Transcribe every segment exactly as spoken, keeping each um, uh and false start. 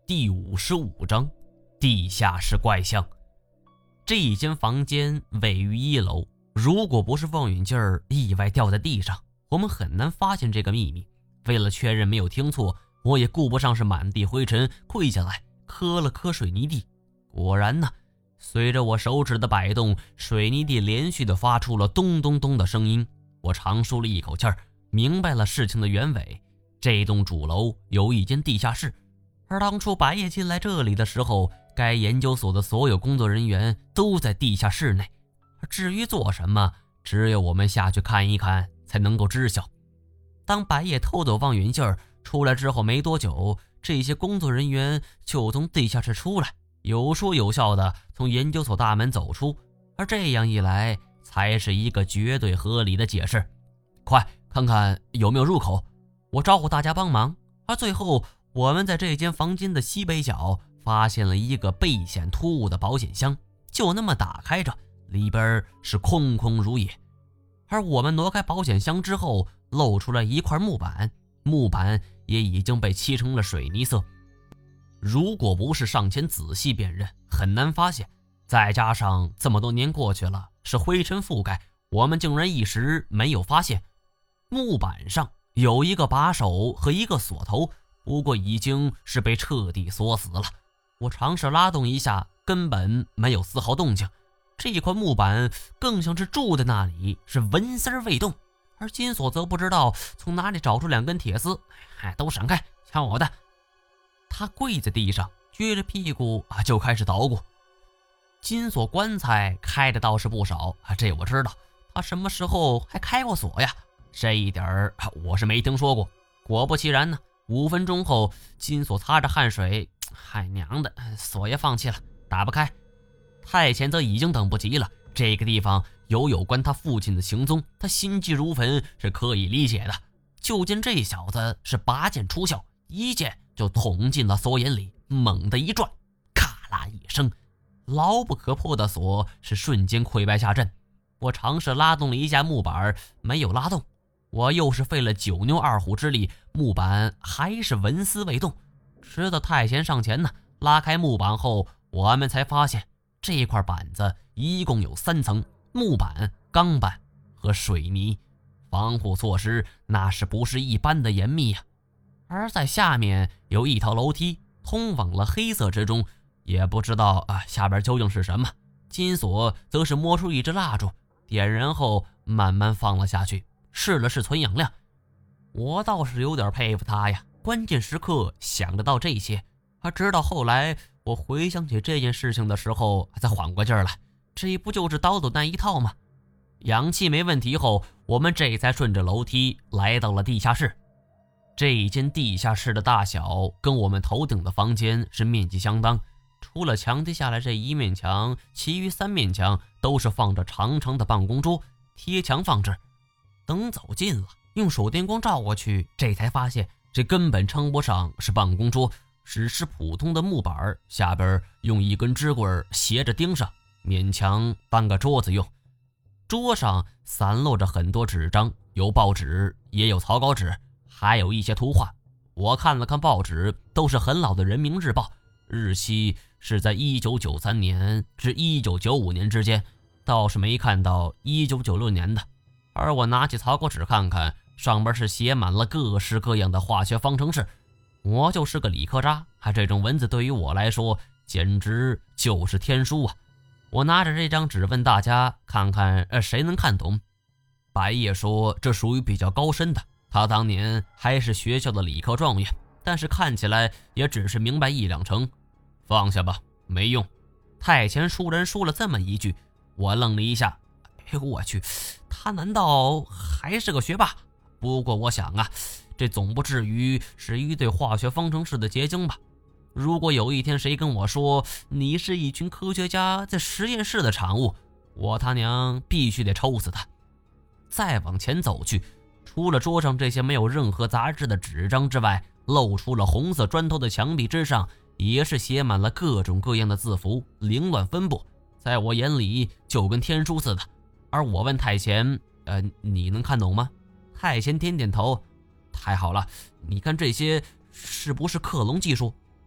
第五十五章地下室怪象。这一间房间位于一楼，如果不是望远镜儿意外掉在地上，我们很难发现这个秘密。为了确认没有听错，我也顾不上是满地灰尘，跪下来磕了磕水泥地。果然呢，随着我手指的摆动，水泥地连续的发出了咚咚咚的声音。我长舒了一口气儿，明白了事情的原委。这栋主楼有一间地下室，而当初白夜进来这里的时候，该研究所的所有工作人员都在地下室内。至于做什么，只有我们下去看一看才能够知晓。当白夜偷走望远镜出来之后没多久，这些工作人员就从地下室出来，有说有笑的从研究所大门走出。而这样一来，才是一个绝对合理的解释。快看看有没有入口，我招呼大家帮忙。而最后我们在这间房间的西北角发现了一个背显突兀的保险箱，就那么打开着，里边是空空如也。而我们挪开保险箱之后，露出了一块木板，木板也已经被漆成了水泥色。如果不是上前仔细辨认，很难发现。再加上这么多年过去了，是灰尘覆盖，我们竟然一时没有发现。木板上有一个把手和一个锁头，不过已经是被彻底锁死了。我尝试拉动一下，根本没有丝毫动静。这块木板更像是住在那里，是纹丝未动。而金锁则不知道从哪里找出两根铁丝，哎，都闪开，抢我的！他跪在地上，撅着屁股啊就开始捣鼓。金锁棺材开的倒是不少啊，这我知道，他什么时候还开过锁呀？这一点儿我是没听说过。果不其然呢，五分钟后，金锁擦着汗水，嗨娘的，锁也放弃了，打不开。太前则已经等不及了，这个地方有有关他父亲的行踪，他心急如焚，是可以理解的。就见这小子是拔剑出鞘，一剑就捅进了锁眼里，猛地一转，咔啦一声，牢不可破的锁是瞬间溃败下阵。我尝试拉动了一下木板，没有拉动。我又是费了九牛二虎之力，木板还是纹丝未动。直到太前上前呢，拉开木板后，我们才发现这块板子一共有三层，木板、钢板和水泥，防护措施那是不是一般的严密啊。而在下面有一条楼梯，通往了黑色之中，也不知道啊下边究竟是什么。金锁则是摸出一支蜡烛，点燃后慢慢放了下去，试了试存氧量。我倒是有点佩服他呀，关键时刻想得到这些。而直到后来我回想起这件事情的时候才缓过劲儿来，这不就是导斗那一套吗？氧气没问题后，我们这才顺着楼梯来到了地下室。这一间地下室的大小跟我们头顶的房间是面积相当，除了墙底下来这一面墙，其余三面墙都是放着长长的办公桌，贴墙放置。等走近了，用手电光照过去，这才发现这根本称不上是办公桌，只是普通的木板，下边用一根支棍斜着钉上，勉强当个桌子用。桌上散落着很多纸张，有报纸，也有草稿纸，还有一些图画。我看了看报纸，都是很老的人民日报，日期是在一九九三年至一九九五年之间，倒是没看到一九九六年的。而我拿起草稿纸看看，上边是写满了各式各样的化学方程式。我就是个理科渣，这种文字对于我来说简直就是天书啊。我拿着这张纸问大家看看谁能看懂。白夜说这属于比较高深的，他当年还是学校的理科状元，但是看起来也只是明白一两成。放下吧，没用。太前倏然说了这么一句，我愣了一下。哎呦我去，他难道还是个学霸？不过我想啊，这总不至于是一对化学方程式的结晶吧？如果有一天谁跟我说你是一群科学家在实验室的产物，我他娘必须得抽死他。再往前走去，除了桌上这些没有任何杂质的纸张之外，露出了红色砖头的墙壁之上也是写满了各种各样的字符，凌乱分布，在我眼里就跟天书似的。而我问太前呃，你能看懂吗？太前点点头。太好了，你看这些是不是克隆技术？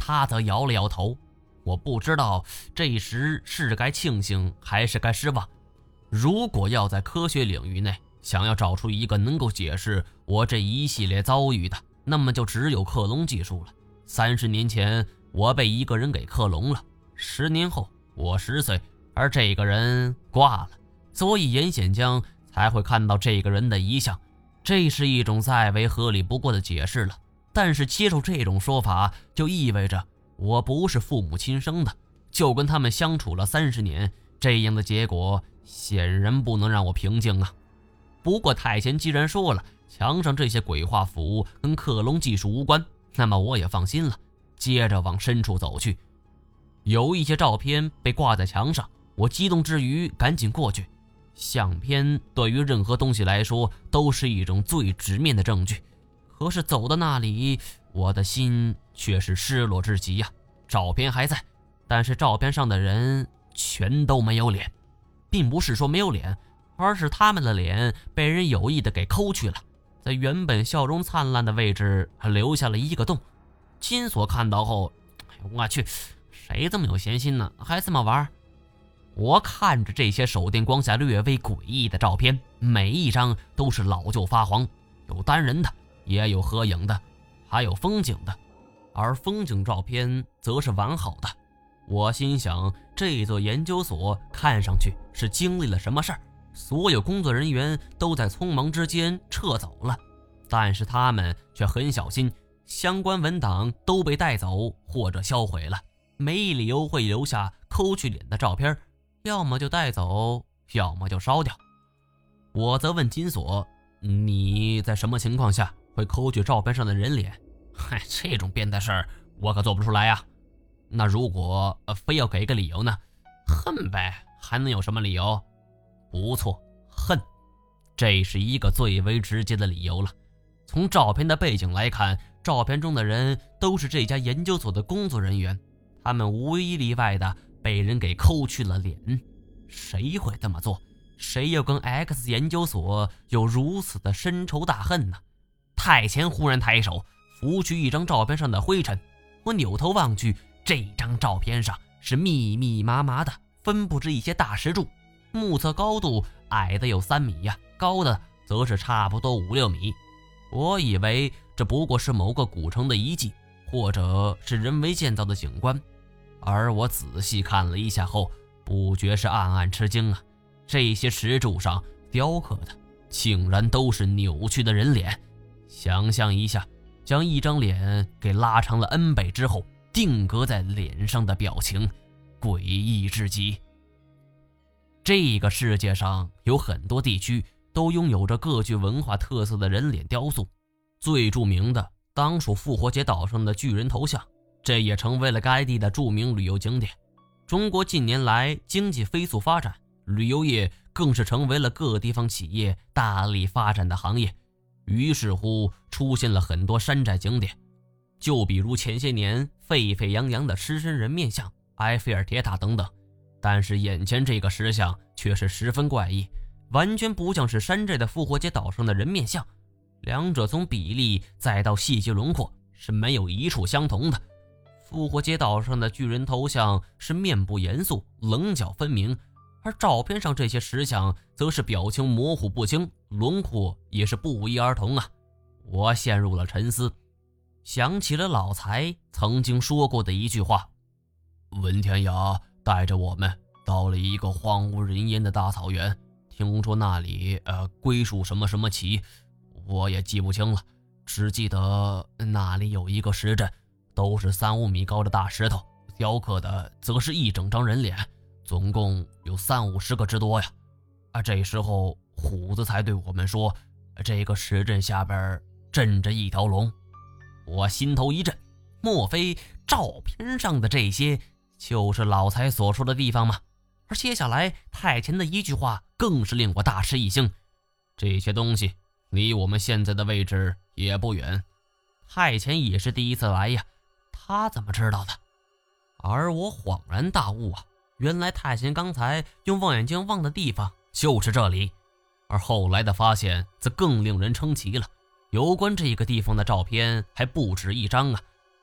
他则摇了摇头。我不知道这时是该庆幸还是该失望。如果要在科学领域内想要找出一个能够解释我这一系列遭遇的，那么就只有克隆技术了。三十年前我被一个人给克隆了，十年后我十岁，而这个人挂了，所以严显江才会看到这个人的遗像。这是一种再为合理不过的解释了，但是接受这种说法就意味着我不是父母亲生的，就跟他们相处了三十年，这样的结果显然不能让我平静啊。不过太前既然说了墙上这些鬼画符跟克隆技术无关，那么我也放心了，接着往深处走去。有一些照片被挂在墙上，我激动之余赶紧过去。相片对于任何东西来说都是一种最直面的证据，可是走到那里，我的心却是失落至极呀。照片还在，但是照片上的人全都没有脸，并不是说没有脸，而是他们的脸被人有意的给抠去了，在原本笑容灿烂的位置还留下了一个洞。金锁看到后，哎，我去，谁这么有闲心呢？还这么玩？我看着这些手电光下略微诡异的照片，每一张都是老旧发黄，有单人的，也有合影的，还有风景的，而风景照片则是完好的。我心想，这座研究所看上去是经历了什么事儿，所有工作人员都在匆忙之间撤走了，但是他们却很小心，相关文档都被带走或者销毁了，没理由会留下抠去脸的照片，要么就带走，要么就烧掉。我则问金锁，你在什么情况下会抠去照片上的人脸？嗨，这种变态事儿我可做不出来呀。那如果、呃、非要给个理由呢？恨呗，还能有什么理由？不错，恨，这是一个最为直接的理由了。从照片的背景来看，照片中的人都是这家研究所的工作人员，他们无一例外的被人给抠去了脸。谁会这么做？谁又跟 X 研究所有如此的深仇大恨呢？太前忽然抬手拂去一张照片上的灰尘，我扭头望去，这张照片上是密密麻麻的分布着一些大石柱，目测高度矮的有三米呀，高的则是差不多五六米。我以为这不过是某个古城的遗迹，或者是人为建造的景观，而我仔细看了一下后，不觉是暗暗吃惊啊。这些石柱上雕刻的竟然都是扭曲的人脸，想象一下，将一张脸给拉长了 N 倍之后定格在脸上的表情，诡异至极。这个世界上有很多地区都拥有着各具文化特色的人脸雕塑，最著名的当属复活节岛上的巨人头像，这也成为了该地的著名旅游景点。中国近年来经济飞速发展，旅游业更是成为了各地方企业大力发展的行业，于是乎出现了很多山寨景点。就比如前些年沸沸扬扬的狮身人面像、埃菲尔铁塔等等，但是眼前这个石像却是十分怪异，完全不像是山寨的复活节岛上的人面像，两者从比例再到细节轮廓是没有一处相同的。复活节岛上的巨人头像是面部严肃，棱角分明，而照片上这些石像则是表情模糊不清，轮廓也是不一而同啊。我陷入了沉思，想起了老财曾经说过的一句话：文天涯带着我们到了一个荒无人烟的大草原，听说那里呃归属什么什么旗，我也记不清了，只记得那里有一个石阵，都是三五米高的大石头，雕刻的则是一整张人脸，总共有三五十个之多呀。啊，这时候虎子才对我们说，这个石阵下边镇着一条龙。我心头一震，莫非照片上的这些就是老财所说的地方吗？而接下来太前的一句话更是令我大吃一惊，这些东西离我们现在的位置也不远。太前也是第一次来呀，他怎么知道的？而我恍然大悟啊，原来太前刚才用望远镜望的地方就是这里。而后来的发现则更令人称奇了，有关这个地方的照片还不止一张啊，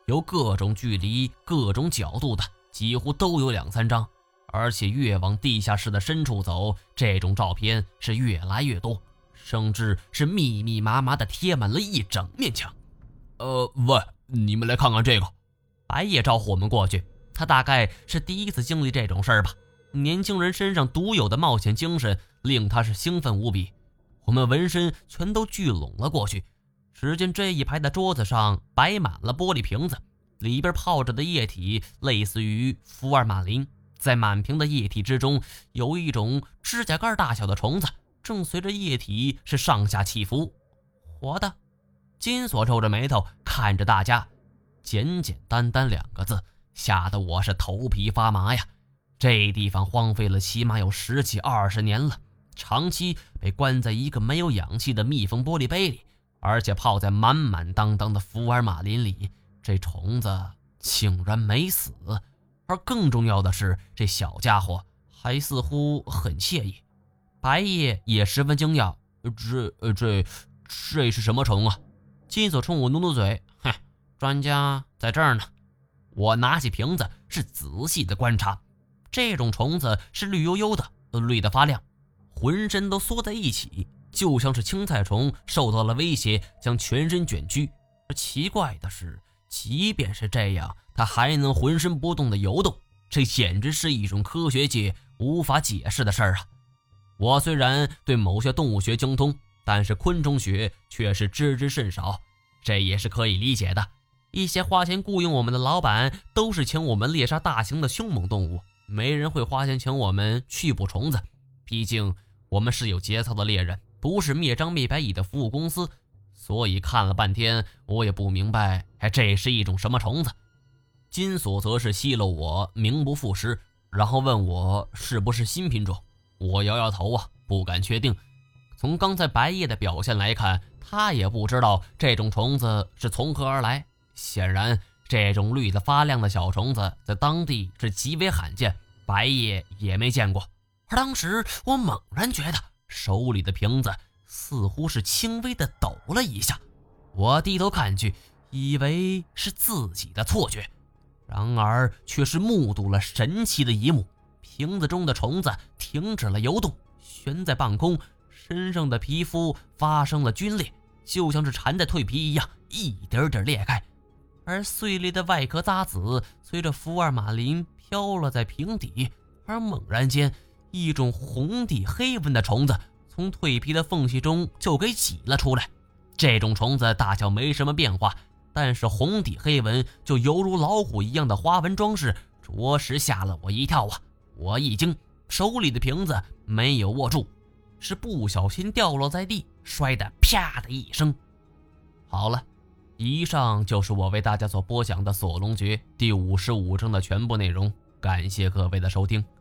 有各种距离、各种角度的，几乎都有两三张。而且越往地下室的深处走，这种照片是越来越多，甚至是密密麻麻的贴满了一整面墙。呃，喂，你们来看看这个。白夜招呼我们过去，他大概是第一次经历这种事儿吧。年轻人身上独有的冒险精神令他是兴奋无比。我们纹身全都聚拢了过去，只见这一排的桌子上摆满了玻璃瓶子，里边泡着的液体类似于福尔马林。在满瓶的液体之中，有一种指甲盖大小的虫子，正随着液体是上下起伏。活的。金锁皱着眉头看着大家，简简单单两个字，吓得我是头皮发麻呀。这地方荒废了起码有十几二十年了，长期被关在一个没有氧气的密封玻璃杯里，而且泡在满满当当的福尔马林里，这虫子竟然没死。而更重要的是，这小家伙还似乎很惬意。白夜也十分惊讶，这呃这这是什么虫啊？金锁冲我努努嘴，哼，专家在这儿呢。我拿起瓶子是仔细的观察，这种虫子是绿油油的，绿得发亮，浑身都缩在一起，就像是青菜虫受到了威胁，将全身卷曲。而奇怪的是，即便是这样，它还能浑身不动的游动，这简直是一种科学界无法解释的事儿啊！我虽然对某些动物学精通，但是昆虫学却是知之甚少，这也是可以理解的。一些花钱雇佣我们的老板都是请我们猎杀大型的凶猛动物，没人会花钱请我们去捕虫子。毕竟我们是有节操的猎人，不是灭张灭白蚁的服务公司。所以看了半天，我也不明白，哎，这是一种什么虫子。金锁则是奚落我名不副实，然后问我是不是新品种。我摇摇头啊，不敢确定。从刚才白夜的表现来看，他也不知道这种虫子是从何而来。显然，这种绿得发亮的小虫子在当地是极为罕见，白夜也没见过。而当时我猛然觉得手里的瓶子似乎是轻微的抖了一下，我低头看去，以为是自己的错觉，然而却是目睹了神奇的一幕。瓶子中的虫子停止了游动，悬在半空，身上的皮肤发生了皲裂，就像是蝉的蜕皮一样，一点点裂开。而碎裂的外壳渣子随着福尔马林飘落在瓶底，而猛然间，一种红底黑纹的虫子从蜕皮的缝隙中就给挤了出来。这种虫子大小没什么变化，但是红底黑纹就犹如老虎一样的花纹装饰，着实吓了我一跳啊！我一惊，手里的瓶子没有握住，是不小心掉落在地，摔得啪的一声。好了，以上就是我为大家所播讲的《锁龙诀》第五十五章的全部内容，感谢各位的收听。